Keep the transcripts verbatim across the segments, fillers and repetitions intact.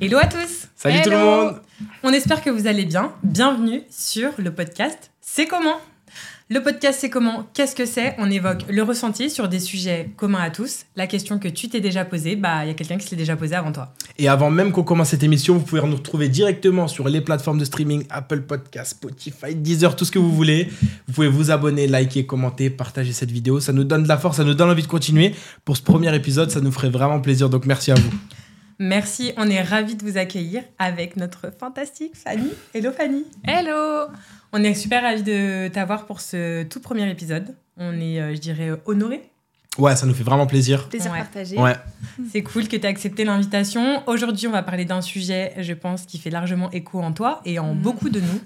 Hello à tous. Salut Hello. tout le monde. On espère que vous allez bien. Bienvenue sur le podcast C'est comment ? Le podcast C'est comment ? Qu'est-ce que c'est ? On évoque le ressenti sur des sujets communs à tous. La question que tu t'es déjà posée, bah il y a quelqu'un qui se l'est déjà posée avant toi. Et avant même qu'on commence cette émission, vous pouvez nous retrouver directement sur les plateformes de streaming, Apple Podcasts, Spotify, Deezer, tout ce que vous voulez. Vous pouvez vous abonner, liker, commenter, partager cette vidéo. Ça nous donne de la force, ça nous donne envie de continuer. Pour ce premier épisode, ça nous ferait vraiment plaisir. Donc merci à vous. Merci, on est ravis de vous accueillir avec notre fantastique Fanny. Hello Fanny. Hello. On est super ravis de t'avoir pour ce tout premier épisode. On est, euh, je dirais, honorés. Ouais, ça nous fait vraiment plaisir. Plaisir Ouais. partagé. Ouais. C'est cool que tu aies accepté l'invitation. Aujourd'hui, on va parler d'un sujet, je pense, qui fait largement écho en toi et en Mmh. beaucoup de nous.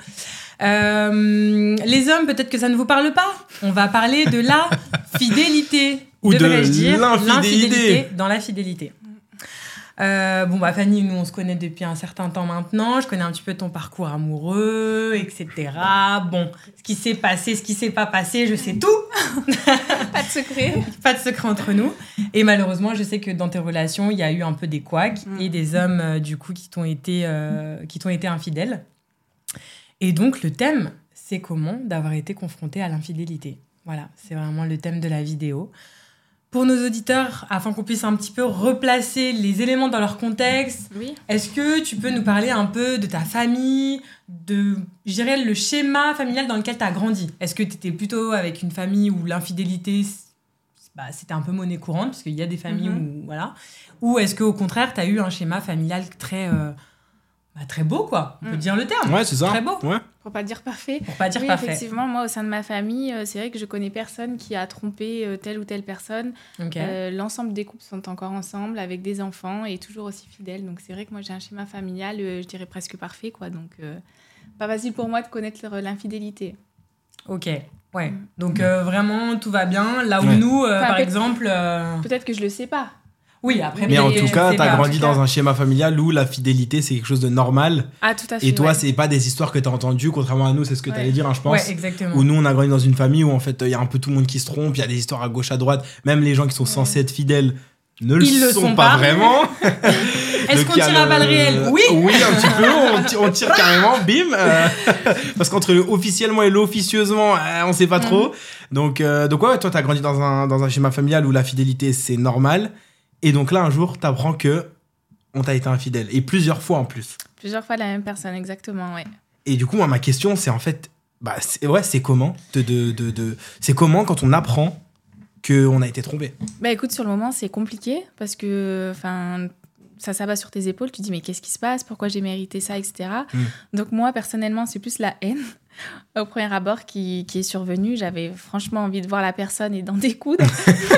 Euh, les hommes, peut-être que ça ne vous parle pas. On va parler de la fidélité. Ou de Devrais-je dire l'infidélité. dans la fidélité. Euh, bon, bah Fanny, nous, on se connaît depuis un certain temps maintenant. Je connais un petit peu ton parcours amoureux, et cetera. Bon, ce qui s'est passé, ce qui s'est pas passé, je sais tout. Pas de secret. Pas de secret entre nous. Et malheureusement, je sais que dans tes relations, il y a eu un peu des couacs Mm. et des hommes, euh, du coup, qui t'ont été, euh, qui t'ont été infidèles. Et donc, le thème, c'est comment d'avoir été confronté à l'infidélité. Voilà, c'est vraiment le thème de la vidéo. Pour nos auditeurs, afin qu'on puisse un petit peu replacer les éléments dans leur contexte, Oui. est-ce que tu peux nous parler un peu de ta famille, de, je dirais, le schéma familial dans lequel tu as grandi ? Est-ce que tu étais plutôt avec une famille où l'infidélité, bah, c'était un peu monnaie courante, parce qu'il y a des familles Mhm. où, voilà. Ou est-ce qu'au contraire, tu as eu un schéma familial très, euh, bah, très beau, quoi. On peut Mm. dire le terme. Ouais, c'est ça. Très beau. Ouais. Pour pas dire parfait. Pour pas dire Oui, parfait. effectivement, moi, au sein de ma famille, euh, c'est vrai que je connais personne qui a trompé euh, telle ou telle personne. Ok. Euh, l'ensemble des couples sont encore ensemble, avec des enfants et toujours aussi fidèles. Donc, c'est vrai que moi, j'ai un schéma familial, euh, je dirais presque parfait, quoi. Donc, euh, pas facile pour moi de connaître leur- l'infidélité. Ok. Ouais. Mm. Donc, euh, vraiment, tout va bien. Là où Ouais. nous, euh, Enfin, par peut- exemple... euh, Peut-être que je le sais pas. Oui, après... Mais en je tout sais cas, pas. t'as grandi en tout dans cas. un schéma familial où la fidélité, c'est quelque chose de normal. Ah, tout à fait. Et toi, ouais. c'est pas des histoires que t'as entendues, contrairement à nous, c'est ce que Ouais. t'allais dire, hein, je pense. Ouais, exactement. Où nous, on a grandi dans une famille où, en fait, il y a un peu tout le monde qui se trompe, il y a des histoires à gauche, à droite. Même les gens qui sont censés être fidèles ne le Ils le sont, sont pas, pas. vraiment. Est-ce Donc, qu'on il y a tire à le- balles réelles ? Oui. Oui, un petit peu. On tire, on tire carrément, bim. euh, parce qu'entre le officiellement et l'officieusement, euh, on sait pas trop. Donc, euh, donc ouais, toi, t'as grandi dans un, dans un schéma familial où la fidélité, c'est normal. Et donc là, un jour, t'apprends que on t'a été infidèle. Et plusieurs fois en plus. Plusieurs fois la même personne, exactement, ouais. Et du coup, moi, ma question, c'est en fait, bah, c'est, ouais, c'est comment de, de, de, de- c'est comment quand on apprend qu'on a été trompé. Bah écoute, sur le moment, c'est compliqué parce que enfin, ça s'abat sur tes épaules. Tu te dis, mais qu'est-ce qui se passe ? Pourquoi j'ai mérité ça, et cetera. Mm. Donc, moi, personnellement, c'est plus la haine au premier abord qui, qui est survenue. J'avais franchement envie de voir la personne et d'en découdre.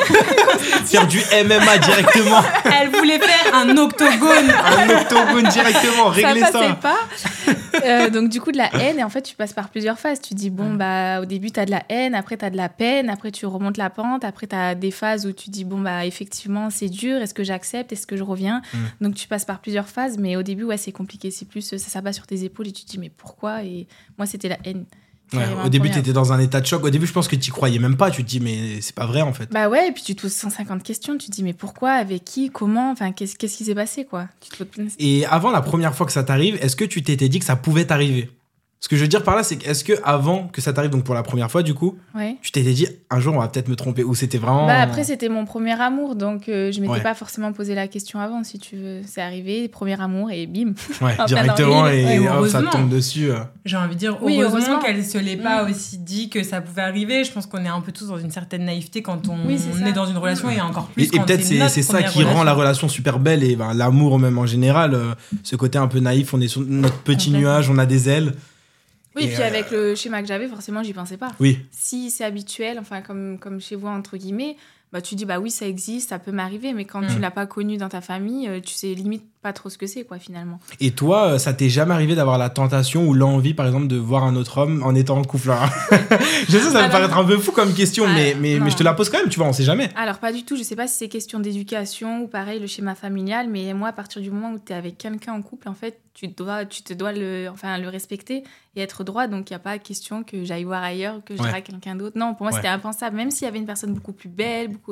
Faire du M M A directement, Elle voulait faire un octogone. un octogone directement, régler ça ça. passait pas. Euh, donc, du coup, de la haine. Et en fait, tu passes par plusieurs phases. Tu dis, bon, Mm. bah, au début, tu as de la haine. Après, tu as de la peine. Après, tu remontes la pente. Après, tu as des phases où tu dis, bon, bah, effectivement, c'est dur. Est-ce que j'accepte ? Est-ce que je reviens ? Mm. Donc, tu passes par plusieurs phases. Mais au début, ouais, c'est compliqué. C'est plus, ça s'abat sur tes épaules et tu te dis, mais pourquoi ? Et moi, c'était la haine. Ouais, Carrément, au début, première. t'étais dans un état de choc. Au début, je pense que t'y croyais même pas. Tu te dis, mais c'est pas vrai en fait. Bah ouais, et puis tu te poses cent cinquante questions. Tu te dis, mais pourquoi ? Avec qui ? Comment ? Enfin, qu'est-ce, qu'est-ce qui s'est passé, quoi ? Tu te poses plein de- Et avant la première fois que ça t'arrive, est-ce que tu t'étais dit que ça pouvait t'arriver ? Ce que je veux dire par là, c'est que est-ce que avant que ça t'arrive, donc pour la première fois, du coup, Ouais. tu t'étais dit un jour on va peut-être me tromper ou c'était vraiment. Bah après, c'était mon premier amour, donc euh, je m'étais Ouais. pas forcément posé la question avant, si tu veux. C'est arrivé, premier amour, et bim. Ouais, plein directement dans le et mille. hop, ça Heureusement. tombe dessus. euh. J'ai envie de dire, Oui, heureusement, heureusement. qu'elle se l'est pas Mm. aussi dit que ça pouvait arriver. Je pense qu'on est un peu tous dans une certaine naïveté quand on, Oui, c'est on ça. est dans une relation et encore plus Et, et quand peut-être c'est, c'est, notre c'est ça première qui rend la relation. relation super belle et ben, l'amour même en général. euh, ce côté un peu naïf, on est sur notre petit Complètement. nuage, on a des ailes. Oui, Et, et puis euh, avec le schéma que j'avais, forcément, j'y pensais pas. Oui, Si c'est habituel, enfin, comme, comme chez vous, entre guillemets, bah, tu dis, bah oui, ça existe, ça peut m'arriver, mais quand Mm. tu l'as pas connu dans ta famille, euh, tu sais limite pas trop ce que c'est, quoi, finalement. et toi, euh, ça t'est jamais arrivé d'avoir la tentation ou l'envie, par exemple, de voir un autre homme en étant en couple hein Je sais, ça peut Alors- paraître un peu fou comme question, Ah, mais, mais, non. mais je te la pose quand même, tu vois, on sait jamais. Alors, pas du tout. Je sais pas si c'est question d'éducation ou pareil, le schéma familial, mais moi, à partir du moment où tu es avec quelqu'un en couple, en fait, tu, dois, tu te dois le, enfin, le respecter et être droit. Donc, il n'y a pas question que j'aille voir ailleurs, que je Ouais. drague quelqu'un d'autre. Non, pour moi, Ouais. c'était impensable. Même s'il y avait une personne beaucoup plus belle, beaucoup.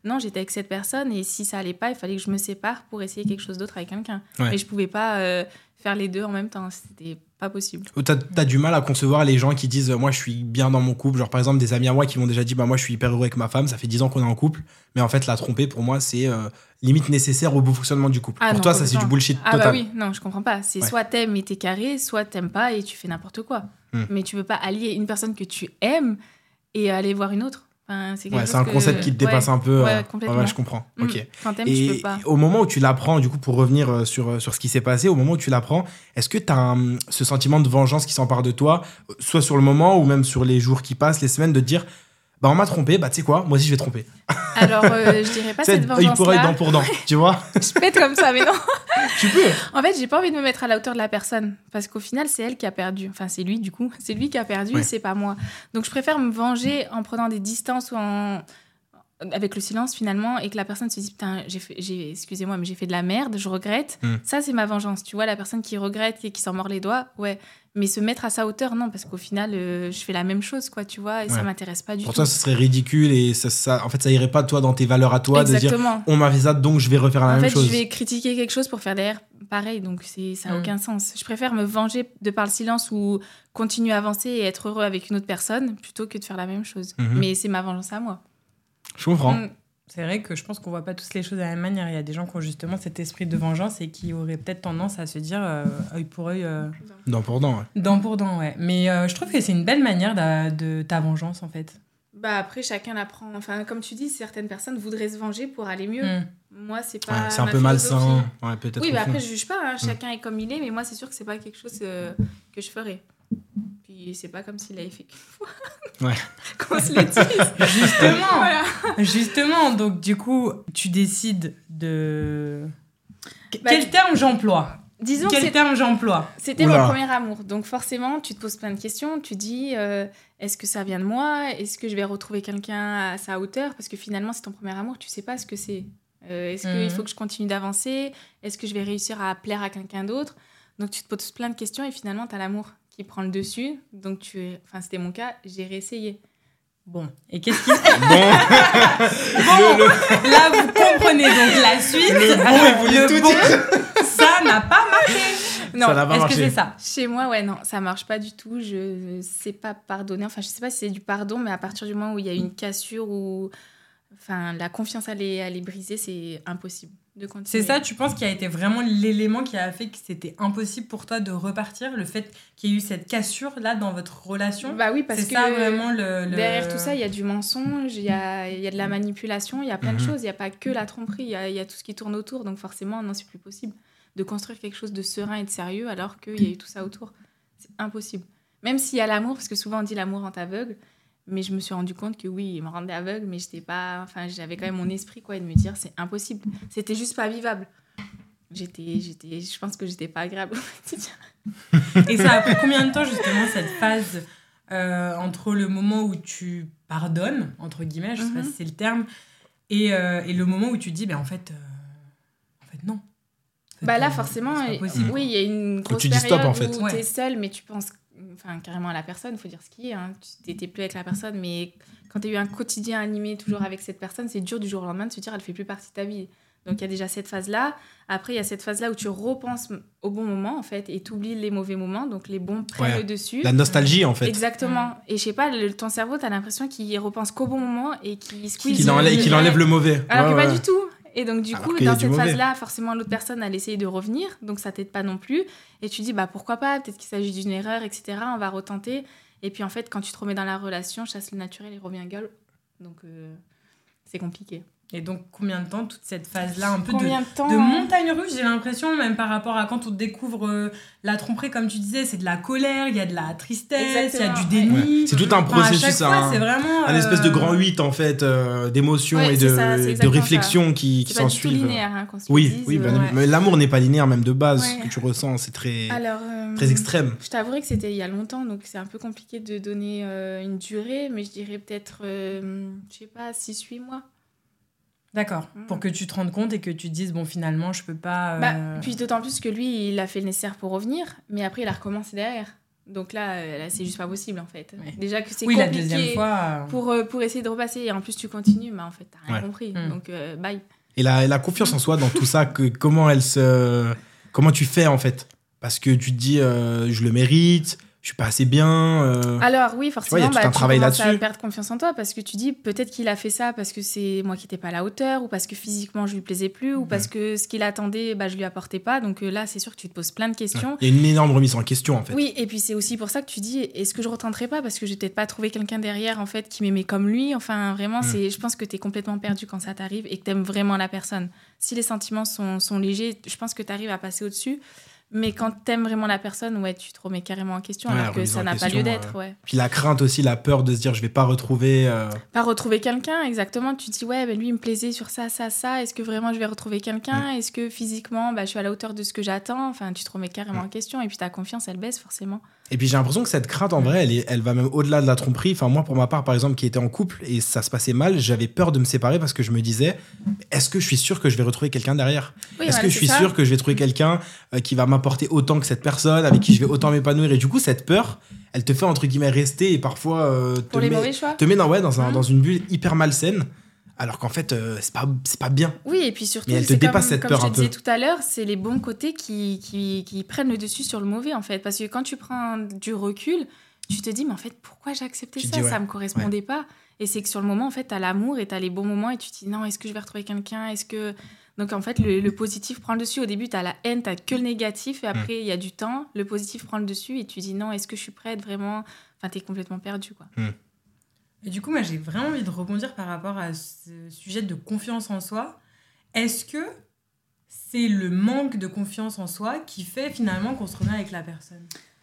Non, j'étais avec cette personne et si ça allait pas, il fallait que je me sépare pour essayer quelque chose d'autre avec quelqu'un. Ouais. Mais je pouvais pas euh, faire les deux en même temps. C'était pas possible. Ou t'as, t'as du mal à concevoir les gens qui disent euh, moi je suis bien dans mon couple, genre par exemple des amis à moi qui m'ont déjà dit bah moi je suis hyper heureux avec ma femme, ça fait dix ans qu'on est en couple, mais en fait la tromper pour moi c'est euh, limite nécessaire au bon fonctionnement du couple. Ah pour non, toi ça c'est complètement. du bullshit Ah total. bah oui, non, je comprends pas. C'est Ouais. soit t'aimes et t'es carré, soit t'aimes pas et tu fais n'importe quoi. Hmm. Mais tu peux pas allier une personne que tu aimes et aller voir une autre. Enfin, c'est quelque Ouais, chose c'est un que- concept qui te dépasse ouais, un peu. Ouais, euh, complètement. ouais, je comprends. Mm. Ok. Quand t'aimes, tu Et peux pas. au moment où tu l'apprends, du coup, pour revenir euh, sur, euh, sur ce qui s'est passé, au moment où tu l'apprends, est-ce que tu as ce sentiment de vengeance qui s'empare de toi, euh, soit sur le moment ou même sur les jours qui passent, les semaines, de te dire bah on m'a trompé, bah tu sais quoi, moi aussi je vais tromper. Alors, euh, je dirais pas C'est cette œil pour œil, dent vengeance-là. pour dent, tu vois. Je pète comme ça, mais non. Tu peux. En fait, j'ai pas envie de me mettre à la hauteur de la personne. Parce qu'au final, c'est elle qui a perdu. Enfin, c'est lui, du coup. C'est lui qui a perdu, Ouais. c'est pas moi. Donc, je préfère me venger en prenant des distances ou en... avec le silence, finalement, et que la personne se dise, putain, j'ai fait... j'ai... excusez-moi, mais j'ai fait de la merde, je regrette. Mm. Ça, c'est ma vengeance. Tu vois, la personne qui regrette et qui s'en mord les doigts, ouais. Mais se mettre à sa hauteur, non, parce qu'au final, euh, je fais la même chose, quoi, tu vois, et Ouais. ça m'intéresse pas du Pour tout. toi, ce serait ridicule et ça, ça, en fait, ça irait pas toi dans tes valeurs à toi de dire Exactement. on m'a fait ça donc je vais refaire la En même fait, chose. je vais critiquer quelque chose pour faire derrière pareil, donc c'est, ça n'a Mm. aucun sens. Je préfère me venger de par le silence ou continuer à avancer et être heureux avec une autre personne plutôt que de faire la même chose. Mhm. Mais c'est ma vengeance à moi. Je comprends. Mm. C'est vrai que je pense qu'on voit pas tous les choses de la même manière. Il y a des gens qui ont justement cet esprit de vengeance et qui auraient peut-être tendance à se dire euh, œil pour œil, euh, Dent pour dent, ouais. dent pour dent, ouais. Mais euh, je trouve que c'est une belle manière d'a- de ta vengeance, en fait. Bah après, chacun l'apprend. Enfin, comme tu dis, certaines personnes voudraient se venger pour aller mieux. Mm. Moi, c'est Ouais, pas. c'est un ma peu philosophie. malsain. Ouais, peut-être. Oui, au bah fond. après, je juge pas. hein. Chacun est comme il est, mais moi, c'est sûr que c'est pas quelque chose euh, que je ferais. Puis c'est pas comme s'il avait fait qu'une fois. Ouais. Qu'on se le dise. Justement, Voilà. justement, donc du coup, tu décides de... Qu- Bah, Quel tu- terme j'emploie Disons que Quel c'est- terme j'emploie c'était Oula. mon premier amour. Donc forcément, tu te poses plein de questions. Tu dis, euh, est-ce que ça vient de moi? Est-ce que je vais retrouver quelqu'un à sa hauteur? Parce que finalement, c'est ton premier amour. Tu sais pas ce que c'est. Euh, est-ce qu'il Mhm. faut que je continue d'avancer? Est-ce que je vais réussir à plaire à quelqu'un d'autre? Donc tu te poses plein de questions et finalement, tu as l'amour qui prend le dessus. Donc tu es... Enfin, c'était mon cas. J'ai réessayé. Bon, et qu'est-ce qui... Bon, Bon, là, vous comprenez donc la suite. Le bon, il voulait Le tout bon, dire. ça n'a pas marché. Non, ça n'a pas Est-ce que marché. c'est ça? Chez moi, ouais, non, ça marche pas du tout. Je sais pas pardonner. Enfin, je sais pas si c'est du pardon, mais à partir du moment où il y a une cassure ou, enfin, la confiance elle est, elle est brisée, c'est impossible de continuer. C'est ça, tu penses qu'il a été vraiment l'élément qui a fait que c'était impossible pour toi de repartir, le fait qu'il y ait eu cette cassure-là dans votre relation? Bah oui, parce C'est que ça vraiment le... le- derrière tout ça, il y a du mensonge, il y a, il y a de la manipulation, il y a plein de Mhm. choses. Il y a pas que la tromperie, il y a, il y a tout ce qui tourne autour. Donc forcément, non, c'est plus possible de construire quelque chose de serein et de sérieux alors qu'il y a eu tout ça autour. C'est impossible. Même s'il y a l'amour, parce que souvent on dit l'amour rend aveugle, mais je me suis rendu compte que oui, il me rendait aveugle, mais j'étais pas, enfin, j'avais quand même mon esprit quoi, et de me dire c'est impossible. C'était juste pas vivable. J'étais, j'étais, je pense que j'étais pas agréable au quotidien. Et ça a pris combien de temps justement cette phase euh, entre le moment où tu pardonnes, entre guillemets, je sais pas Mhm. si c'est le terme, et, euh, et le moment où tu te dis, ben en fait, euh, en fait non. En fait, Bah là, euh, forcément, c'est pas euh, possible. oui, il y a une grosse tu dis période stop, en fait. où Ouais. t'es seule, mais tu penses enfin, carrément à la personne, il faut dire ce qui est. Hein. Tu n'étais plus avec la personne, mais quand tu as eu un quotidien animé toujours avec cette personne, c'est dur du jour au lendemain de se dire elle fait plus partie de ta vie. Donc il y a déjà cette phase-là. Après, il y a cette phase-là où tu repenses au bon moment, en fait, et tu oublies les mauvais moments. Donc les bons prennent Ouais. le dessus. La nostalgie, en fait. Exactement. Et je sais pas, le, ton cerveau, tu as l'impression qu'il repense qu'au bon moment et qu'il squeeze. Qu'il enlève, qu'il enlève le mauvais. Alors Ouais, que pas ouais. du tout. Et donc, du Alors coup, qu'il y a dans du cette mauvais. phase-là, forcément, l'autre personne, elle essaye de revenir. Donc, ça t'aide pas non plus. Et tu dis, bah, pourquoi pas? Peut-être qu'il s'agit d'une erreur, et cetera. On va retenter. Et puis, en fait, quand tu te remets dans la relation, chasse le naturel et revient gueule. Donc, euh, c'est compliqué. Et donc, combien de temps, toute cette phase-là, un peu de, Combien de temps de montagne russe, j'ai l'impression, même par rapport à quand on découvre euh, la tromperie, comme tu disais, c'est de la colère, il y a de la tristesse, il y a Exactement, du ouais. déni. Ouais. C'est tout un Enfin, à chaque processus, fois, un, c'est vraiment... un espèce de euh, grand huit, en fait, euh, d'émotions Ouais, et c'est de, ça, c'est de exactement réflexions qui, qui C'est pas s'en du tout suivent. linéaire, hein, qu'on se le Oui, dise, oui, euh, bah, ouais. mais l'amour n'est pas linéaire, même de base. Ouais. Ce que tu ressens, c'est très, Alors, euh, très extrême. Je t'avouerai que c'était il y a longtemps, donc c'est un peu compliqué de donner euh, une durée, mais je dirais peut-être, euh, je sais pas, six huit mois. D'accord, Mm. pour que tu te rendes compte et que tu te dises, bon, finalement, je peux pas... euh, Bah, puis d'autant plus que lui, il a fait le nécessaire pour revenir, mais après, il a recommencé derrière. Donc là, euh, là c'est juste pas possible, en fait. Ouais. Déjà que c'est Oui, la compliqué deuxième fois. euh, pour, euh, pour essayer de repasser. Et en plus, tu continues, mais en fait, t'as rien Ouais. compris. Mm. Donc, euh, bye. Et la, et la confiance en soi dans tout ça, que, comment elle se... Comment tu fais, en fait? Parce que tu te dis, euh, je le mérite, je suis pas assez bien... euh, Alors oui, vois, il y forcément, a tout bah, un tu travail commences à là-dessus. perdre confiance en toi parce que tu dis peut-être qu'il a fait ça parce que c'est moi qui n'étais pas à la hauteur ou parce que physiquement je lui plaisais plus ou parce que ce qu'il attendait, bah, je lui apportais pas. Donc euh, là, c'est sûr que tu te poses plein de questions. Il y a une énorme remise en question, en fait. Oui, et puis c'est aussi pour ça que tu dis est-ce que je retenterai pas parce que j'ai peut-être pas trouvé quelqu'un derrière en fait qui m'aimait comme lui. Enfin, vraiment, Mm. c'est je pense que tu es complètement perdu quand ça t'arrive et que tu aimes vraiment la personne. Si les sentiments sont, sont légers, je pense que tu arrives à passer au-dessus. Mais quand t'aimes vraiment la personne, ouais, tu te remets carrément en question Ouais, alors que remise ça en n'a pas question, lieu d'être, euh. ouais. Puis la crainte aussi, la peur de se dire, je vais pas retrouver... euh, Pas retrouver quelqu'un, exactement. Tu te dis, ouais, ben lui, il me plaisait sur ça, ça, ça. Est-ce que vraiment je vais retrouver quelqu'un? Est-ce que physiquement, bah, je suis à la hauteur de ce que j'attends? Enfin, tu te remets carrément en question. Et puis ta confiance, elle baisse forcément. Et puis j'ai l'impression que cette crainte, en vrai, elle, est, elle va même au-delà de la tromperie. Enfin, moi, pour ma part, par exemple, qui était en couple et ça se passait mal, j'avais peur de me séparer parce que je me disais, est-ce que je suis sûr que je vais retrouver quelqu'un derrière? Oui, Est-ce voilà, que je c'est suis ça. sûr que je vais trouver quelqu'un euh, qui va m'apporter autant que cette personne, avec qui je vais autant m'épanouir? Et du coup, cette peur, elle te fait, entre guillemets, rester et parfois euh, te, Pour les met, mauvais choix? te met dans, ouais, dans, un, Mhm. dans une bulle hyper malsaine, alors qu'en fait, euh, c'est pas, c'est pas bien. Oui, et puis surtout, Mais elle te c'est dépasse comme, cette comme peur je un te disais peu. tout à l'heure, c'est les bons côtés qui, qui, qui prennent le dessus sur le mauvais, en fait. Parce que quand tu prends du recul, tu te dis, mais en fait, pourquoi j'ai accepté Tu te ça? dis, ouais, Ça me correspondait pas. Et c'est que sur le moment, en fait, t'as l'amour et t'as les bons moments et tu te dis, non, est-ce que je vais retrouver quelqu'un? Est-ce que... Donc, en fait, le, le positif prend le dessus. Au début, t'as la haine, t'as que le négatif. Et après, il y a du temps. Le positif prend le dessus et tu dis, non, est-ce que je suis prête vraiment? Enfin, t'es complètement perdu, quoi. Et du coup, moi, j'ai vraiment envie de rebondir par rapport à ce sujet de confiance en soi. Est-ce que c'est le manque de confiance en soi qui fait finalement qu'on se remet avec la personne?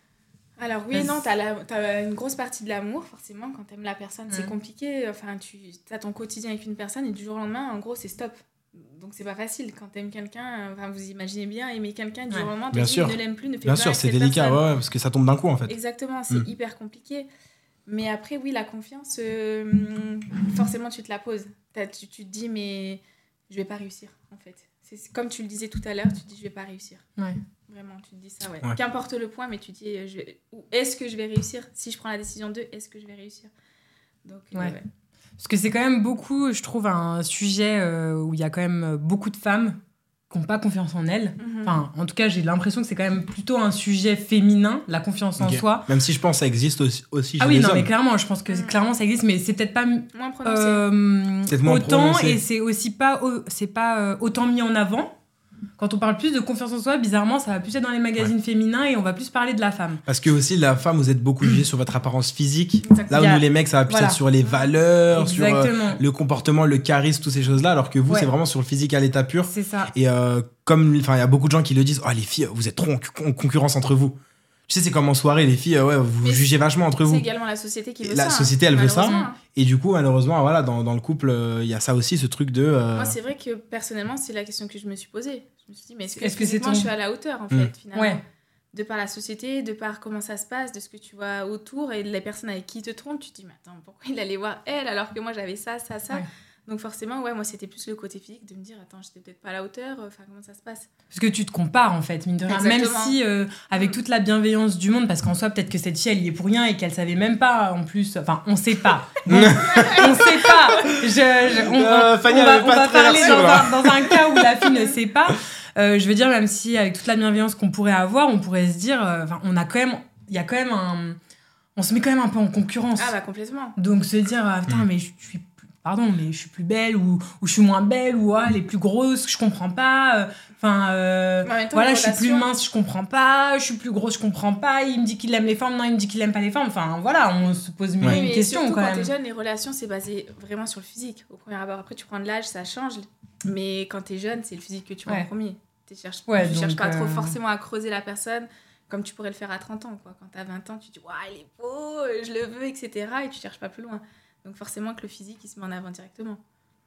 Alors oui, Parce- non, t'as, la, t'as une grosse partie de l'amour, forcément, quand t'aimes la personne, c'est Mm. compliqué. Enfin, tu as ton quotidien avec une personne et du jour au lendemain, en gros, c'est stop. Donc c'est pas facile. Quand t'aimes quelqu'un, enfin, vous imaginez bien, aimer quelqu'un, du Ouais. jour au lendemain, tu Bien te dis, sûr. ne l'aime plus, ne fais Bien pas sûr, avec c'est cette délicat, personne. ouais, parce que ça tombe d'un coup, en fait. Exactement, c'est Mm. hyper compliqué. Mais après, oui, la confiance, euh, forcément, tu te la poses. T'as- Tu, tu te dis, mais je vais pas réussir, en fait. C'est c'est comme tu le disais tout à l'heure, tu te dis, je vais pas réussir. Ouais. Vraiment, tu te dis ça, ouais. Ouais. Qu'importe le point, mais tu te dis, euh, je vais- ou est-ce que je vais réussir? Si je prends la décision de, est-ce que je vais réussir? Donc, euh, Ouais. ouais. Parce que c'est quand même beaucoup, je trouve, un sujet euh, où il y a quand même beaucoup de femmes qui n'ont pas confiance en elles. Mhm. Enfin, en tout cas, j'ai l'impression que c'est quand même plutôt un sujet féminin, la confiance en Ok. soi. Même si je pense que ça existe aussi, aussi Ah chez oui, les non, hommes. mais clairement, je pense que Mm. clairement ça existe, mais c'est peut-être pas Moins prononcé. euh, Peut-être moins autant prononcé. et c'est aussi pas, au- c'est pas euh, autant mis en avant. Quand on parle plus de confiance en soi, bizarrement, ça va plus être dans les magazines féminins et on va plus parler de la femme. Parce que aussi, la femme, vous êtes beaucoup jugée sur votre apparence physique. Exactement. Là où Il y a- nous, les mecs, ça va plus voilà. être sur les valeurs, sur euh, Exactement. le comportement, le charisme, toutes ces choses-là. Alors que vous, Ouais. c'est vraiment sur le physique à l'état pur. C'est ça. Et euh, comme, enfin, il y a beaucoup de gens qui le disent, oh les filles, vous êtes trop en, cu- en concurrence entre vous. Tu sais, c'est comme en soirée, les filles, euh, ouais, vous vous Mais jugez vachement entre C'est vous. également la société qui veut La ça. société, hein, elle veut ça. malheureusement, hein. Et du coup, malheureusement, voilà, dans, dans le couple, euh, il y a ça aussi, ce truc de. euh, Moi, c'est vrai que personnellement, c'est la question que je me suis posée. Je me suis dit, mais est-ce que, Est-ce que c'est physiquement, ton- je suis à la hauteur, en Mm. fait, finalement? Ouais. De par la société, de par comment ça se passe, de ce que tu vois autour et de les personnes avec qui tu te trompes, tu te dis, mais attends, pourquoi il allait voir elle alors que moi j'avais ça, ça, ça? Ouais. Donc forcément, ouais, moi c'était plus le côté physique de me dire, attends, j'étais peut-être pas à la hauteur, enfin comment ça se passe? Parce que tu te compares en fait, mine de rien. Même Exactement. si, euh, avec Mm. toute la bienveillance du monde, parce qu'en soi, peut-être que cette fille, elle y est pour rien et qu'elle savait même pas en plus. Enfin, on sait pas. Bon, on sait pas. Je, je- on, Euh, on Fanny va, avait on pas va très parler l'air sûre, dans là. un, dans un cas où la fille ne sait pas. Euh, je veux dire, même si avec toute la bienveillance qu'on pourrait avoir, on pourrait se dire, euh, enfin, on a quand même, il y a quand même un, on se met quand même un peu en concurrence. Ah bah complètement. Donc se dire, ah, putain, Mm. mais je je suis, plus- pardon, mais je suis plus belle ou, ou je suis moins belle ou ah, elle est plus grosse, je comprends pas. Enfin, euh, Mais en même temps, voilà, une je suis plus relation- mince, je comprends pas. Je suis plus grosse, je comprends pas. Il me dit qu'il aime les femmes, non, il me dit qu'il aime pas les femmes. Enfin, voilà, on se pose mille Ouais. et une mais questions surtout quand quand même. t'es jeune, les relations c'est basé vraiment sur le physique. Au premier abord, après tu prends de l'âge, ça change. Mais quand t'es jeune, c'est le physique que tu vois Ouais. en premier. Tu cherches, Ouais, tu cherches donc, pas trop euh, forcément à creuser la personne comme tu pourrais le faire à trente ans. Quoi. Quand t'as vingt ans, tu te dis, waouh, il est beau, je le veux, et cetera. Et tu cherches pas plus loin. Donc forcément que le physique, il se met en avant directement.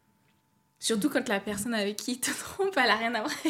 Surtout quand la personne avec qui il te trompe, elle a rien à voir avec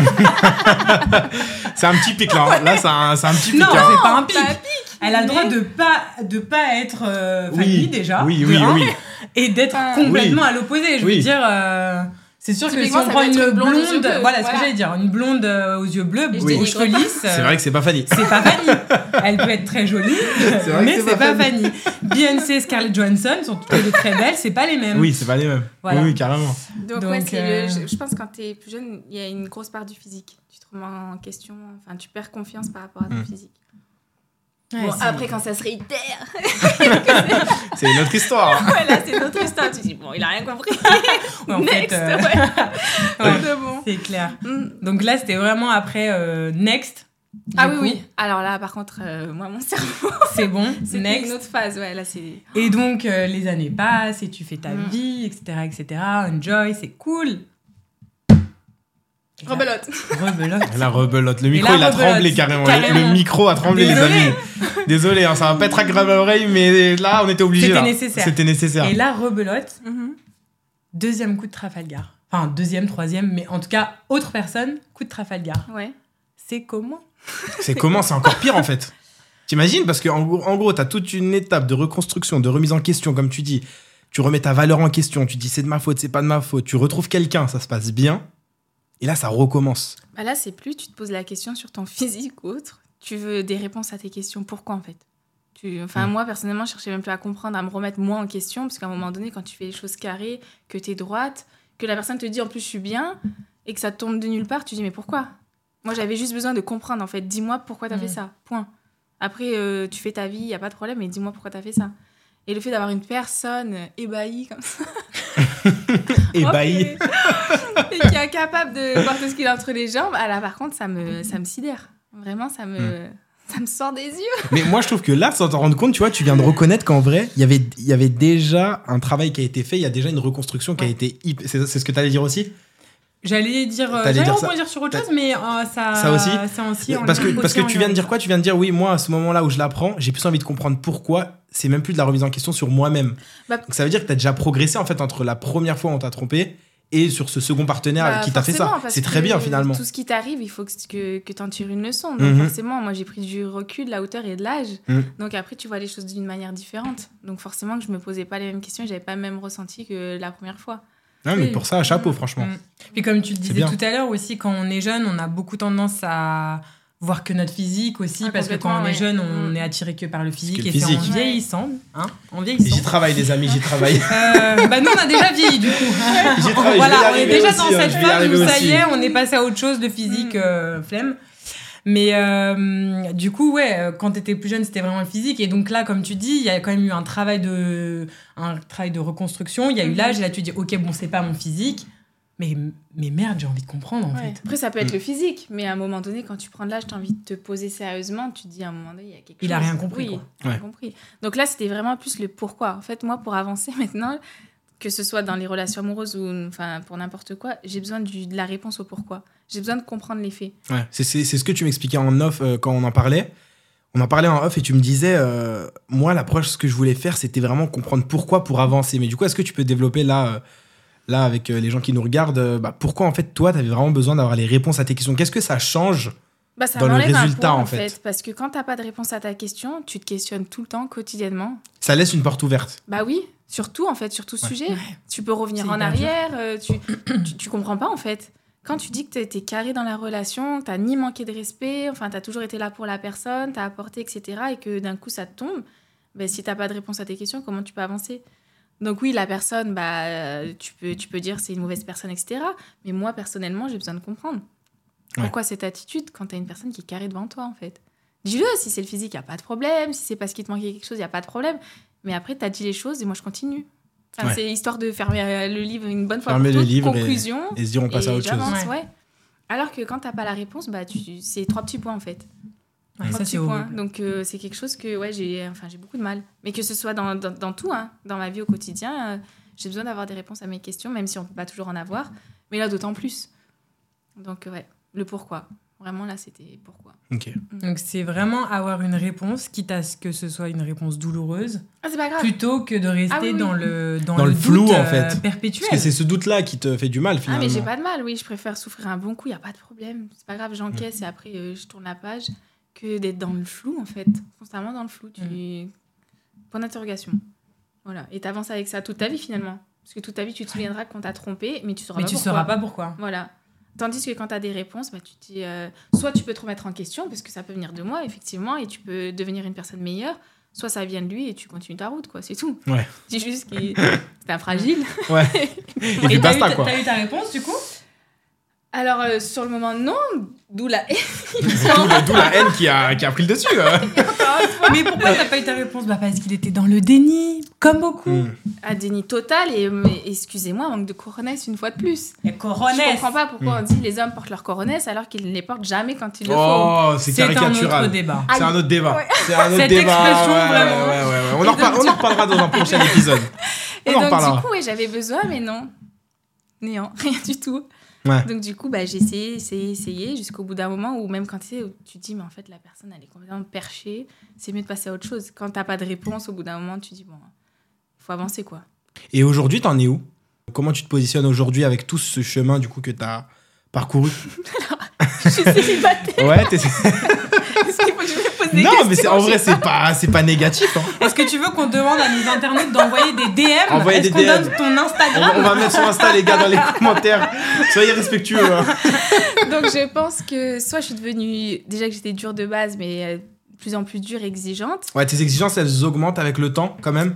toi. C'est un petit pic là. Là, c'est un, c'est un petit pic. Non, hein. c'est pas un pic. Pas Elle a le droit mais- de pas de pas être euh, Fanny Oui, déjà. oui, de oui, un, oui. Et d'être Ah. complètement à l'opposé. Je Oui. veux dire, euh, C'est sûr que si Typiquement, on ça prend peut une être une blonde blonde, aux yeux bleus, voilà, ce que voilà. j'allais dire, une blonde euh, aux yeux bleus, Et je aux dénigre cheveux pas. lisses, C'est vrai que c'est pas Fanny. c'est pas Fanny. Elle peut être très jolie, vrai que mais c'est c'est pas pas Fanny. Beyoncé et Scarlett Johansson sont toutes les deux très belles, c'est pas les mêmes. Oui, c'est pas les mêmes. Voilà. Oui, oui, carrément. Donc, Donc, ouais, c'est euh, le, je, je pense que quand t'es plus jeune, il y a une grosse part du physique. Tu te remets en question, enfin, tu perds confiance par rapport à ton Mm. physique. Ouais, Bon, c'est- après, quand ça se réitère, C'est une autre histoire. ouais, là, c'est notre histoire. Tu te dis, bon, il a rien compris. Ouais, en Next, fait, euh, ouais. ouais, De bon. c'est clair. Mm. Donc là, c'était vraiment après euh, Next. Du Ah oui, coup, oui. Alors là, par contre, euh, moi, mon cerveau, C'est bon, c'était Next. une autre phase. Ouais, là, c'est... Et donc, euh, les années passent et tu fais ta Mm. vie, et cetera, et cetera. Enjoy, c'est cool. Et là, Rebelote. Rebelote. La rebelote. Le Et micro, la il a rebelote. tremblé carrément. Carrément. Le micro a tremblé, les Désolée. amis. Désolé, hein, ça va pas être agréable à l'oreille, mais là, on était obligé. C'était là. nécessaire. C'était nécessaire. Et là, rebelote, Mhm. deuxième coup de Trafalgar. Enfin, deuxième, troisième, mais en tout cas, autre personne, coup de Trafalgar. Ouais. C'est comment? C'est comment? C'est encore pire, en fait. T'imagines? Parce qu'en gros, en gros, t'as toute une étape de reconstruction, de remise en question, comme tu dis. Tu remets ta valeur en question. Tu dis c'est de ma faute, c'est pas de ma faute. Tu retrouves quelqu'un, ça se passe bien. Et là, ça recommence. Bah là, c'est plus, tu te poses la question sur ton physique ou autre. Tu veux des réponses à tes questions. Pourquoi, en fait tu... Enfin, Mm. moi, personnellement, je cherchais même plus à comprendre, à me remettre moi en question. Parce qu'à un moment donné, quand tu fais les choses carrées, que t'es droite, que la personne te dit en plus je suis bien, et que ça tombe de nulle part, tu dis mais pourquoi? Moi, j'avais juste besoin de comprendre, en fait. Dis-moi pourquoi t'as Mm. fait ça. Point. Après, euh, tu fais ta vie, y a pas de problème, mais dis-moi pourquoi t'as fait ça. Et le fait d'avoir une personne ébahie comme ça. Ébahi. Et qui est incapable de voir tout ce qu'il a entre les jambes. Ah là, par contre, ça me, ça me sidère. Vraiment, ça me, ça me sort des yeux. Mais moi, je trouve que là, sans t'en rendre compte, tu vois, tu viens de reconnaître qu'en vrai, il y avait, il y avait déjà un travail qui a été fait, il y a déjà une reconstruction qui a Ouais. été... hyp- C'est, c'est ce que tu allais dire aussi? J'allais dire, euh, T'allais j'allais dire ça. rebondir sur autre T'as- chose, mais euh, ça, Ça aussi c'est aussi en Parce que, lien- parce aussi que en tu lien viens de avec dire ça. quoi? Tu viens de dire, oui, moi, à ce moment-là où je l'apprends, j'ai plus envie de comprendre pourquoi. C'est même plus de la remise en question sur moi-même. Bah- Donc ça veut dire que tu as déjà progressé, en fait, entre la première fois où on t'a trompé et sur ce second partenaire Bah, qui t'a fait ça. forcément, parce C'est très que bien, finalement. Tout ce qui t'arrive, il faut que, que, que t'en tires une leçon. Donc Mhm. forcément, moi, j'ai pris du recul, de la hauteur et de l'âge. Mhm. Donc après, tu vois les choses d'une manière différente. Donc forcément que je me posais pas les mêmes questions et j'avais pas le même ressenti que la première fois. Non, mais Oui. pour ça, chapeau, Mm. franchement. Mm. Puis comme tu le disais bien. tout à l'heure aussi, quand on est jeune, on a beaucoup tendance à voir que notre physique aussi, Ah, parce que quand on complètement, est ouais. jeune, on Mm. est attiré que par le physique, le et c'est en physique. vieillissant, hein, en J'y vieillissant. travaille, les amis, j'y travaille. Euh, bah nous, on a déjà vieilli, du coup. J'y travaille, je Voilà, vais y on est arriver déjà aussi, dans hein, cette je vais y phase arriver où ça aussi. y est, on est passé à autre chose de physique, Mm. euh, flemme. Mais euh, du coup, ouais, euh, quand t'étais plus jeune, c'était vraiment le physique. Et donc là, comme tu dis, il y a quand même eu un travail de, un travail de reconstruction. Il y a eu Mhm. l'âge, et là, tu dis, ok, bon, c'est pas mon physique. Mais, mais merde, j'ai envie de comprendre, en Ouais. fait. Après, ça peut être Mm. le physique, mais à un moment donné, quand tu prends de l'âge, tu as envie de te poser sérieusement, tu te dis à un moment donné, il y a quelque chose. Il a rien compris, Oui, quoi. il a rien Ouais. compris. Donc là, c'était vraiment plus le pourquoi. En fait, moi, pour avancer maintenant, que ce soit dans les relations amoureuses ou enfin, pour n'importe quoi, j'ai besoin du, de la réponse au pourquoi. J'ai besoin de comprendre les faits. Ouais, c'est, c'est, c'est ce que tu m'expliquais en off euh, quand on en parlait. On en parlait en off et tu me disais, euh, moi, l'approche, ce que je voulais faire, c'était vraiment comprendre pourquoi pour avancer. Mais du coup, est-ce que tu peux développer là, euh, là avec euh, les gens qui nous regardent, euh, bah, pourquoi en fait, toi, tu avais vraiment besoin d'avoir les réponses à tes questions? Qu'est-ce que ça change? Bah, ça Dans le m'enlève un résultat, poids, en en fait. fait. Parce que quand tu n'as pas de réponse à ta question, tu te questionnes tout le temps, quotidiennement. Ça laisse une porte ouverte. Bah oui, surtout, en fait, sur tout Ouais. sujet. Ouais. Tu peux revenir C'est en hyper dur. arrière, euh, tu, tu, tu comprends pas, en fait. Quand tu dis que t'es, t'es carré dans la relation, que t'as ni manqué de respect, enfin, t'as toujours été là pour la personne, t'as apporté, et cetera, et que d'un coup, ça te tombe, ben, si t'as pas de réponse à tes questions, comment tu peux avancer? Donc oui, la personne, bah, euh, tu, peux, tu peux dire c'est une mauvaise personne, et cetera. Mais moi, personnellement, j'ai besoin de comprendre. Ouais. Pourquoi cette attitude quand t'as une personne qui est carrée devant toi, en fait? Dis-le, si c'est le physique, il n'y a pas de problème. Si c'est parce qu'il te manquait quelque chose, il n'y a pas de problème. Mais après, t'as dit les choses et moi, je continue. Enfin, Ouais. c'est histoire de fermer euh, le livre une bonne fois Fermer pour le toutes. livre et- Conclusion. Et se dire, on passe et à autre chose. j'avance, chose. ouais. Alors que quand t'as pas la réponse, bah, tu... c'est trois petits points, en fait. Ouais, Trois ça, petits c'est points. horrible. Donc, euh, c'est quelque chose que ouais, j'ai, enfin, j'ai beaucoup de mal. Mais que ce soit dans, dans, dans tout, hein, dans ma vie au quotidien, euh, j'ai besoin d'avoir des réponses à mes questions, même si on peut pas toujours en avoir. Mais là, d'autant plus. Donc, euh, ouais, le pourquoi. Vraiment, là, c'était pourquoi. Ok. Donc, c'est vraiment avoir une réponse, quitte à ce que ce soit une réponse douloureuse, Ah, c'est pas grave. plutôt que de rester Ah oui, oui. dans le, dans Dans le, le flou, doute, en euh, fait. perpétuel. Parce que c'est ce doute-là qui te fait du mal, Ah, finalement. mais j'ai pas de mal, oui. Je préfère souffrir un bon coup, il n'y a pas de problème. C'est pas grave, j'encaisse Mm. et après, euh, je tourne la page que d'être dans le flou, en fait. Constamment dans le flou. Tu... Point d'interrogation. Voilà. Et t'avances avec ça toute ta vie, finalement. Parce que toute ta vie, tu te souviendras qu'on t'a trompé, mais tu sauras Mais pas tu pourquoi. sauras pas pourquoi. Voilà. Tandis que quand tu as des réponses, bah, tu te dis, euh, soit tu peux te remettre en question, parce que ça peut venir de moi, effectivement, et tu peux devenir une personne meilleure, soit ça vient de lui et tu continues ta route, quoi, c'est tout. Ouais. Dis juste que c'est un fragile. Ouais. Et Et puis t'as basta, eu, quoi. t'as eu ta réponse, du coup? Alors, euh, sur le moment, non, d'où la haine. D'où le- d'où la haine qui a, qui a pris le dessus. euh. Mais pourquoi t'as pas eu ta réponse? Bah parce qu'il était dans le déni, comme beaucoup. Mm. Un déni total, et mais, excusez-moi, manque de coronesse une fois de plus. Et Je coronesse. comprends pas pourquoi Mm. on dit les hommes portent leur coronesse alors qu'ils ne les portent jamais quand il le faut. Oh, c'est C'est un autre caricatural. débat. C'est un autre débat. Ouais. C'est un autre Cette débat. expression, ouais, ouais, vraiment. ouais, ouais, ouais. On, en reparle- on en reparlera dans un prochain épisode. Et On en donc, reparlera. du coup, ouais, j'avais besoin, mais non. Néant, rien du tout. Ouais. Donc, du coup, bah, j'ai essayé, essayé, essayé, jusqu'au bout d'un moment où, même quand tu sais, où tu te dis, mais en fait, la personne, elle est complètement perchée, c'est mieux de passer à autre chose. Quand t'as pas de réponse, au bout d'un moment, tu te dis, bon, il faut avancer, quoi. Et aujourd'hui, t'en es où? Comment tu te positionnes aujourd'hui avec tout ce chemin du coup que t'as parcouru? Je suis célibataire. Ouais, t'es... Est-ce qu'il faut que je me pose des Non, questions? mais c'est, en Je vrai, sais c'est pas, c'est pas négatif. Hein. Est-ce que tu veux qu'on demande à nos internautes d'envoyer des D M? Envoyer Est-ce des qu'on D M. donne ton On, va- Instagram? on va mettre sur Insta, les gars, dans les commentaires. Soyez respectueux. Hein. Donc je pense que soit je suis devenue, déjà que j'étais dure de base, mais euh, de plus en plus dure et exigeante. Ouais, tes exigences, elles augmentent avec le temps, quand même.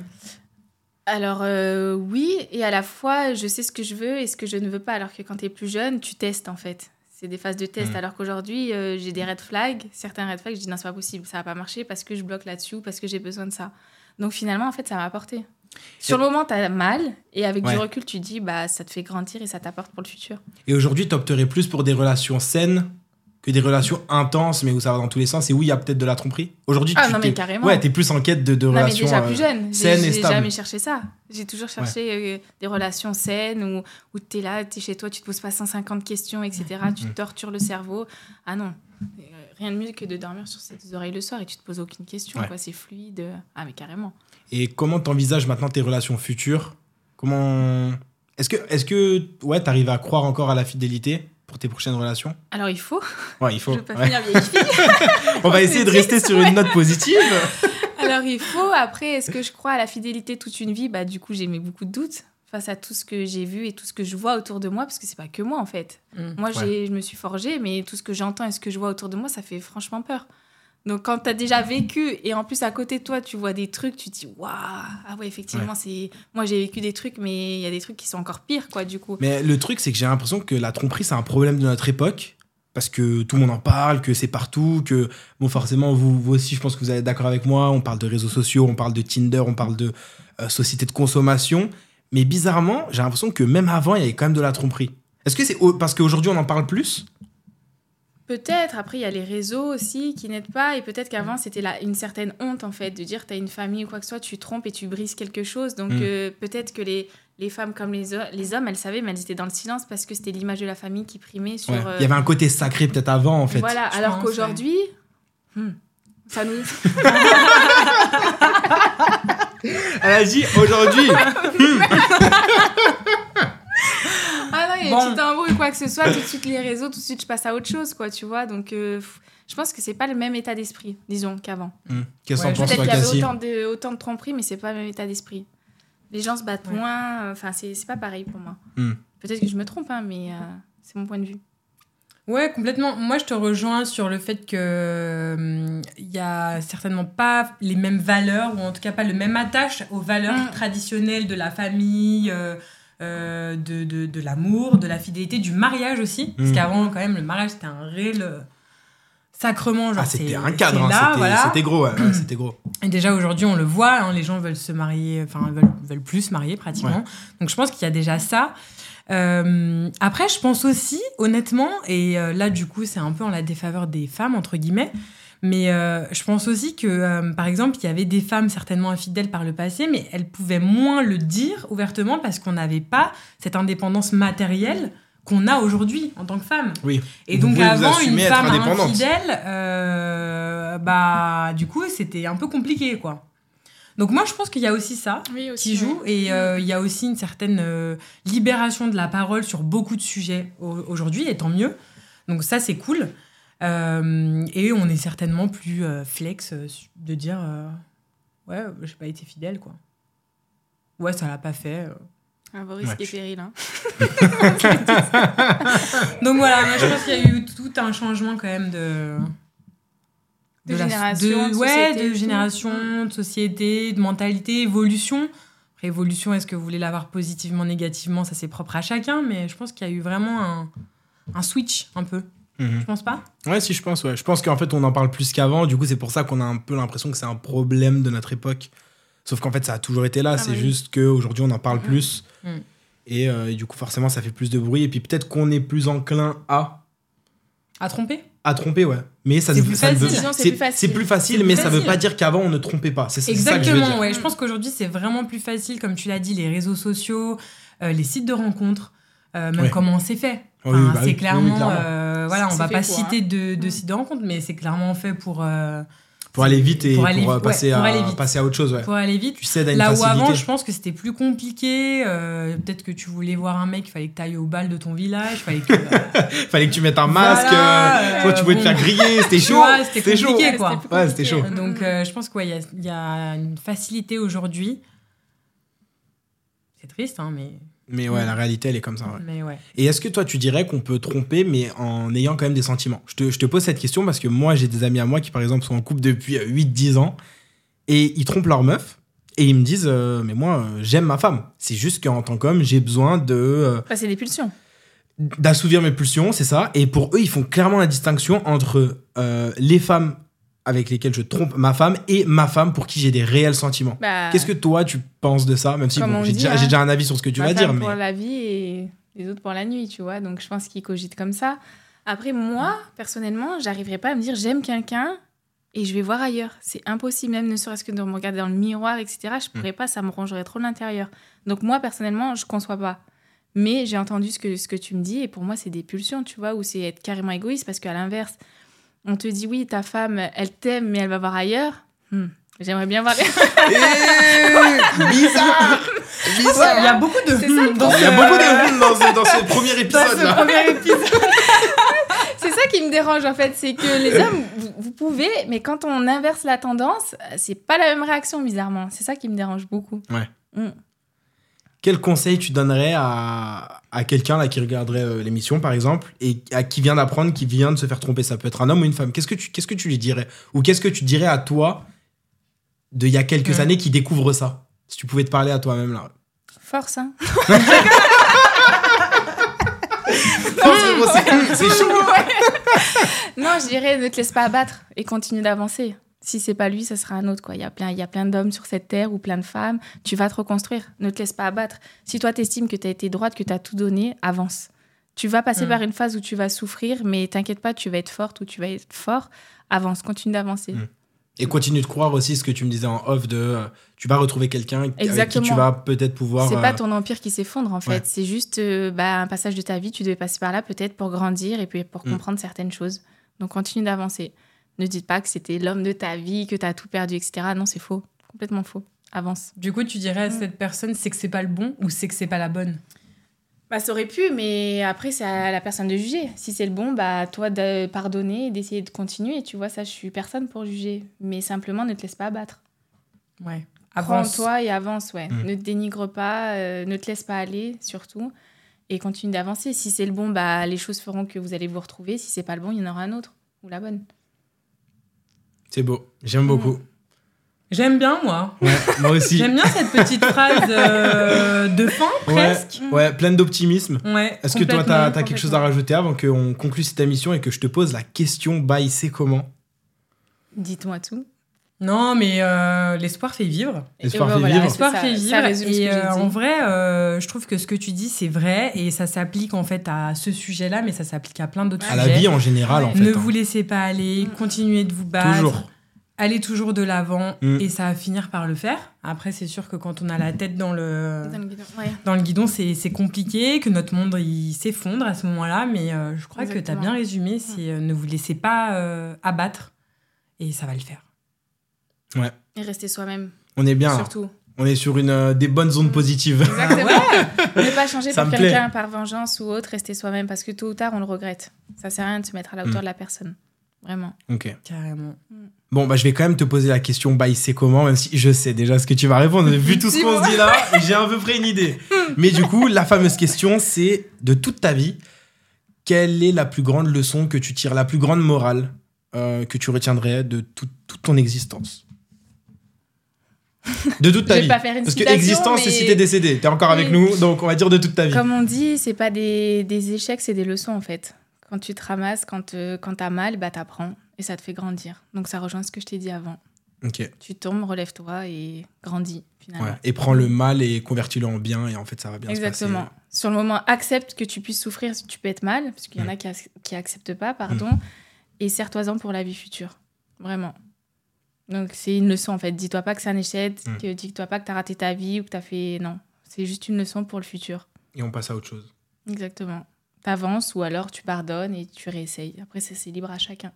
Alors euh, oui, et à la fois je sais ce que je veux et ce que je ne veux pas, alors que quand tu es plus jeune, tu testes en fait. C'est des phases de test, Mm. alors qu'aujourd'hui euh, j'ai des red flags, certains red flags, je dis non c'est pas possible, ça va pas marcher parce que je bloque là-dessus ou parce que j'ai besoin de ça. Donc finalement en fait ça m'a apporté. Sur le moment t'as mal et avec Ouais. du recul tu dis bah ça te fait grandir et ça t'apporte pour le futur. Et aujourd'hui, t'opterais plus pour des relations saines que des relations intenses, mais où ça va dans tous les sens et où il y a peut-être de la tromperie. Aujourd'hui, Ah tu non t'es... mais carrément. Ouais, t'es plus en quête de, de Non, mais relations déjà euh, plus jeune, saines j'ai et j'ai stables. jamais cherché ça. J'ai toujours cherché euh, des relations saines où, où tu es là, tu es chez toi, tu te poses pas cent cinquante questions, et cetera. Tu te tortures le cerveau. Ah non, Euh, rien de mieux que de dormir sur ses oreilles le soir et tu te poses aucune question. Ouais. Quoi. C'est fluide. Ah mais carrément. Et comment t'envisages maintenant tes relations futures? Comment... Est-ce que, est-ce que ouais, t'arrives à croire encore à la fidélité pour tes prochaines relations? Alors il faut, Ouais, il faut. je veux pas Ouais. finir vieille fille. On va essayer de rester sur une note positive. Alors il faut, après, est-ce que je crois à la fidélité toute une vie? Bah du coup j'ai mis beaucoup de doutes face à tout ce que j'ai vu et tout ce que je vois autour de moi, parce que c'est pas que moi en fait. Mm. Moi, Ouais. j'ai, je me suis forgée, mais tout ce que j'entends et ce que je vois autour de moi, ça fait franchement peur. Donc, quand tu as déjà vécu, et en plus, à côté de toi, tu vois des trucs, tu te dis, waouh, ah ouais, effectivement, c'est... moi, j'ai vécu des trucs, mais il y a des trucs qui sont encore pires, quoi, du coup. Mais le truc, c'est que j'ai l'impression que la tromperie, c'est un problème de notre époque. Parce que tout le monde en parle, que c'est partout, que, bon, forcément, vous, vous aussi, je pense que vous êtes d'accord avec moi. On parle de réseaux sociaux, on parle de Tinder, on parle de euh, société de consommation. Mais bizarrement, j'ai l'impression que même avant, il y avait quand même de la tromperie. Est-ce que c'est au- parce qu'aujourd'hui, on en parle plus? Peut-être, après, il y a les réseaux aussi qui n'aident pas, et peut-être qu'avant, c'était là une certaine honte, en fait, de dire tu as une famille ou quoi que ce soit, tu trompes et tu brises quelque chose. Donc, Mm. euh, peut-être que les, les femmes comme les, ho- les hommes, elles savaient, mais elles étaient dans le silence parce que c'était l'image de la famille qui primait sur... Ouais. euh, Il y avait un côté sacré peut-être avant, en fait. Voilà, Je alors pense, qu'aujourd'hui, hmm, ça nous... Elle a dit aujourd'hui. Ah non, il y a Bon. un petit embrouille ou quoi que ce soit, tout de suite les réseaux, tout de suite je passe à autre chose, quoi, tu vois. Donc, euh, f- je pense que c'est pas le même état d'esprit, disons, qu'avant. Hum, Qu'est-ce Ouais, qu'on pense, Peut-être toi, qu'il y avait Cassie? autant de, autant de tromperies, mais c'est pas le même état d'esprit. Les gens se battent Ouais. moins, euh, enfin, c'est c'est pas pareil pour moi. Hum. Peut-être que je me trompe, hein, mais euh, c'est mon point de vue. Ouais, complètement. Moi, je te rejoins sur le fait que hum, il y a certainement pas les mêmes valeurs, ou en tout cas pas le même attache aux valeurs Mm. traditionnelles de la famille, euh, euh, de, de, de l'amour, de la fidélité, du mariage aussi. Parce Mm. qu'avant, quand même, le mariage, c'était un réel euh, sacrement. Genre, Ah, c'était c'est- un cadre, c'est hein, là, c'était, voilà. c'était gros, ouais, ouais, c'était gros. Et déjà aujourd'hui, on le voit, hein, les gens veulent se marier, enfin veulent, veulent plus se marier pratiquement. Ouais. Donc je pense qu'il y a déjà ça. Euh, après, je pense aussi, honnêtement, et euh, là du coup, c'est un peu en la défaveur des femmes entre guillemets, mais euh, je pense aussi que, euh, par exemple, il y avait des femmes certainement infidèles par le passé, mais elles pouvaient moins le dire ouvertement parce qu'on n'avait pas cette indépendance matérielle qu'on a aujourd'hui en tant que femme. Oui. Et Vous donc pouvez vous avant, une assumer être femme indépendante. infidèle, euh, bah du coup c'était un peu compliqué quoi. Donc moi je pense qu'il y a aussi ça Oui, qui joue et euh, il y a aussi une certaine euh, libération de la parole sur beaucoup de sujets au- aujourd'hui et tant mieux. Donc ça c'est cool. Euh, et on est certainement plus euh, flex euh, de dire euh, ouais j'ai pas été fidèle quoi. Ouais ça l'a pas fait. euh. À vos risques Ouais. et périls. Hein. Donc voilà, moi, je pense qu'il y a eu tout un changement quand même de... De la- génération, de ouais, société, de tout. génération, de société, de mentalité, évolution. Après, évolution, est-ce que vous voulez l'avoir positivement, négativement, ça c'est propre à chacun, mais je pense qu'il y a eu vraiment un, un switch un peu. Mhm. Je pense pas. Ouais, si, je pense, ouais. Je pense qu'en fait, on en parle plus qu'avant. Du coup, c'est pour ça qu'on a un peu l'impression que c'est un problème de notre époque. Sauf qu'en fait, ça a toujours été là. Ah c'est oui. juste qu'aujourd'hui, on en parle Mhm. plus. Mhm. Et, euh, et du coup, forcément, ça fait plus de bruit. Et puis, peut-être qu'on est plus enclin à, À tromper. à tromper, ouais. Mais ça C'est ne plus ça ne veut- facile. Disons, c'est c'est plus facile. c'est plus facile, C'est plus mais ça veut facile. pas dire qu'avant, on ne trompait pas. C'est c'est ça que je veux Exactement, dire. ouais. Je pense qu'aujourd'hui, c'est vraiment plus facile, comme tu l'as dit, les réseaux sociaux, euh, les sites de rencontres, euh, même Ouais. comment on s'est fait. Oui, Enfin, bah c'est oui, clairement, oui, clairement. euh, voilà, on C'est va fait pas pour, citer de, de Mm. sites de rencontres, mais c'est clairement fait pour... euh, Pour aller vite et pour pour, aller euh, vite, passer, ouais, pour à, aller vite. passer à autre chose, ouais. pour aller vite. Tu cèdes à une Là où facilité. avant, je pense que c'était plus compliqué. euh, Peut-être que tu voulais voir un mec, il fallait que tu ailles au bal de ton village. Fallait que, euh, Fallait que tu mettes un masque. Voilà, euh, soit tu euh, pouvais te bon. faire griller. C'était Tu chaud. vois, c'était chaud. compliqué, Ouais, quoi. c'était plus Ouais, c'était chaud. compliqué. Donc, euh, je pense qu'il y, a- il y a une facilité aujourd'hui. C'est triste, hein, mais, Mais ouais, la réalité, elle est comme ça, ouais. mais ouais. Et est-ce que toi, tu dirais qu'on peut tromper, mais en ayant quand même des sentiments? Je te, je te pose cette question parce que moi, j'ai des amis à moi qui, par exemple, sont en couple depuis huit dix ans et ils trompent leur meuf et ils me disent euh, mais moi, euh, j'aime ma femme. C'est juste qu'en tant qu'homme, j'ai besoin de, euh, Bah, c'est des pulsions. d'assouvir mes pulsions, c'est ça. Et pour eux, ils font clairement la distinction entre euh, les femmes avec lesquelles je trompe ma femme et ma femme pour qui j'ai des réels sentiments. Bah, Qu'est-ce que toi, tu penses de ça? Même si Comme bon, on j'ai dit, déjà, hein, j'ai déjà un avis sur ce que tu ma vas dire. femme Mais... pour la vie et les autres pour la nuit, tu vois. Donc, je pense qu'ils cogitent comme ça. Après, moi, personnellement, j'arriverai pas à me dire j'aime quelqu'un et je vais voir ailleurs. C'est impossible, même ne serait-ce que de me regarder dans le miroir, et cetera. Je pourrais pas, ça me rongerait trop de l'intérieur. Donc, moi, personnellement, je conçois pas. Mais j'ai entendu ce que, ce que tu me dis et pour moi, c'est des pulsions, tu vois, ou c'est être carrément égoïste parce qu'à l'inverse, on te dit oui, ta femme, elle t'aime, mais elle va voir ailleurs. Hmm, J'aimerais bien voir. Eh, bizarre Bizarre Il y a beaucoup de... C'est ça, le dans Il y a ce- beaucoup de hum dans ce, dans ce premier dans épisode ce là. premier épisode. C'est ça qui me dérange en fait, c'est que les hommes, vous, vous pouvez, mais quand on inverse la tendance, c'est pas la même réaction bizarrement. C'est ça qui me dérange beaucoup. Ouais. Mm. Quel conseil tu donnerais à, à quelqu'un là qui regarderait euh, l'émission par exemple et à qui vient d'apprendre, qui vient de se faire tromper? Ça peut être un homme ou une femme. Qu'est-ce que tu, qu'est-ce que tu lui dirais? Ou qu'est-ce que tu dirais à toi d'il y a quelques Mm. années qui découvre ça? Si tu pouvais te parler à toi-même là. Force, hein. Non, c'est, gros, c'est, c'est chaud. Non, je dirais ne te laisse pas abattre et continue d'avancer. Si c'est pas lui, ça sera un autre, quoi. Il y a plein, il y a plein d'hommes sur cette terre ou plein de femmes. Tu vas te reconstruire. Ne te laisse pas abattre. Si toi, t'estimes que t'as été droite, que t'as tout donné, avance. Tu vas passer Mm. par une phase où tu vas souffrir, mais t'inquiète pas, tu vas être forte ou tu vas être fort. Avance, continue d'avancer. Mm. Et continue de croire aussi ce que tu me disais en off de euh, tu vas retrouver quelqu'un avec qui Exactement. tu vas peut-être pouvoir. C'est euh, pas ton empire qui s'effondre en fait, ouais. c'est juste euh, bah, un passage de ta vie, tu devais passer par là peut-être pour grandir et puis pour Mm. comprendre certaines choses. Donc continue d'avancer. Ne dites pas que c'était l'homme de ta vie, que t'as tout perdu, et cetera. Non, c'est faux, complètement faux. Avance. Du coup, tu dirais à cette personne, c'est que c'est pas le bon ou c'est que c'est pas la bonne? Bah ça aurait pu, mais après c'est à la personne de juger. Si c'est le bon, bah toi de pardonner et d'essayer de continuer. Tu vois, ça je suis personne pour juger. Mais simplement ne te laisse pas abattre. Ouais. Crois en Avance. toi et avance, ouais. Mm. Ne te dénigre pas, euh, ne te laisse pas aller, surtout. Et continue d'avancer. Si c'est le bon, bah, les choses feront que vous allez vous retrouver. Si c'est pas le bon, il y en aura un autre. Ou la bonne. C'est beau. J'aime beaucoup. J'aime bien, moi. Ouais, moi aussi. J'aime bien cette petite phrase euh, de fin, Ouais, presque. ouais, pleine d'optimisme. Ouais. Est-ce que toi, complètement, t'as, t'as quelque chose à complètement. rajouter avant qu'on conclue cette émission et que je te pose la question by c'est comment? Dites-moi tout. Non, mais euh, l'espoir fait vivre. L'espoir Et fait voilà, vivre. c'est L'espoir ça, fait ça vivre. résume ce Et que j'ai euh, dit. en vrai, euh, je trouve que ce que tu dis, c'est vrai et ça s'applique en fait à ce sujet-là, mais ça s'applique à plein d'autres À sujets. la vie en général, en fait. Ne hein. vous laissez pas aller, Mm. continuez de vous battre. Toujours. Allez toujours de l'avant Mm. et ça va finir par le faire. Après, c'est sûr que quand on a la tête dans le, Dans le guidon, ouais. dans le guidon, c'est, c'est compliqué, que notre monde il s'effondre à ce moment-là. Mais euh, je crois que tu as Exactement. bien résumé. C'est euh, ne vous laissez pas euh, abattre et ça va le faire. Ouais. Et rester soi-même, On est bien. là. surtout. On est sur une, euh, des bonnes zones positives. Exactement. Ne pas changer Ça pour me quelqu'un par vengeance ou autre. Rester soi-même parce que tôt ou tard, on le regrette. Ça sert à rien de se mettre à la hauteur Mm. de la personne. Vraiment. Ok. Carrément. Bon, bah, je vais quand même te poser la question by c'est comment, même si je sais déjà ce que tu vas répondre. Vu tout ce qu'on se dit là, j'ai à peu près une idée. Mais du coup, la fameuse question, c'est de toute ta vie, quelle est la plus grande leçon que tu tires, la plus grande morale euh, que tu retiendrais de tout- toute ton existence? De toute ta Je vais vie. pas faire une Parce que citation, existence, c'est mais- si t'es décédé. T'es encore avec Oui. nous, donc on va dire de toute ta vie. Comme on dit, c'est pas des, des échecs, c'est des leçons en fait. Quand tu te ramasses, quand, euh, quand t'as mal, bah t'apprends et ça te fait grandir. Donc ça rejoint ce que je t'ai dit avant. Ok. Tu tombes, relève-toi et grandis finalement. Ouais. Et prends le mal et convertis-le en bien, et en fait, ça va bien Exactement. se passer. Sur le moment, accepte que tu puisses souffrir si tu peux être mal, parce qu'il y en Mm. a qui, ac- qui acceptent pas, pardon, et serre-toi-en pour la vie future. Vraiment. Donc c'est une leçon en fait. Dis-toi pas que c'est un échec, Mm. que, dis-toi pas que t'as raté ta vie ou que t'as fait. Non. C'est juste une leçon pour le futur. Et on passe à autre chose. Exactement. T'avances ou alors tu pardonnes et tu réessayes. Après, ça, c'est libre à chacun.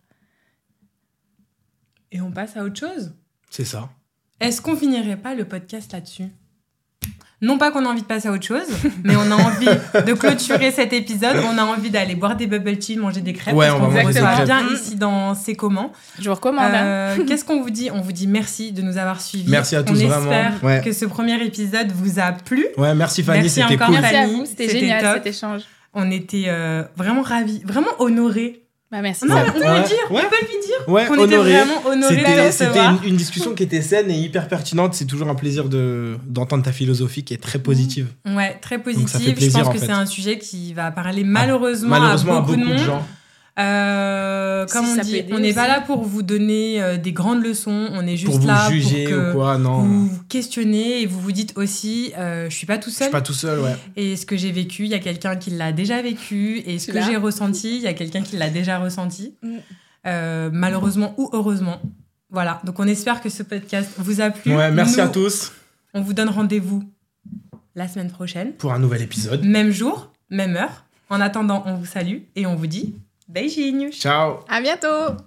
Et on passe à autre chose. C'est ça. Est-ce qu'on finirait pas le podcast là-dessus? Non pas qu'on a envie de passer à autre chose, mais on a envie de clôturer cet épisode. On a envie d'aller boire des bubble tea, manger des crêpes. Ouais, parce on va qu'on vous manger des reçoit crêpes. bien Mm. ici dans C'est comment. Je vous recommande. hein. Euh, Qu'est-ce qu'on vous dit? On vous dit merci de nous avoir suivis. Merci à tous, on vraiment. espère Ouais. que ce premier épisode vous a plu. Ouais, merci Fanny, Merci c'était encore, cool. Merci à Fanny, vous, c'était c'était génial top. cet échange. On était euh, vraiment ravis, vraiment honorés. Bah, merci. Non, ça. mais on peut Ouais. le dire, Ouais. on peut lui dire. Ouais, qu'on était honoré. vraiment honorés de te C'était, c'était recevoir. une, une discussion qui était saine et hyper pertinente. C'est toujours un plaisir de, d'entendre ta philosophie qui est très positive. Ouais, très Donc, ça fait positive. Je plaisir, pense en que fait. c'est un sujet qui va parler malheureusement, Malheureusement, à beaucoup, de monde. gens. Euh, Si comme on ça peut dit, aider on n'est pas aussi. là pour vous donner euh, des grandes leçons. On est juste Pour vous là juger pour que ou quoi, non. vous vous questionnez et vous vous dites aussi, euh, je suis pas tout Je seul. suis pas tout seul, ouais. Et ce que j'ai vécu, il y a quelqu'un qui l'a déjà vécu. Et ce Tu que l'as j'ai ressenti, il y a quelqu'un qui l'a déjà ressenti. Mm. Euh, malheureusement ou heureusement. Voilà. Donc on espère que ce podcast vous a plu. Ouais, merci Nous, à tous On vous donne rendez-vous la semaine prochaine. pour un nouvel épisode. Même jour, même heure. En attendant, on vous salue et on vous dit beijinhos. Ciao. À bientôt.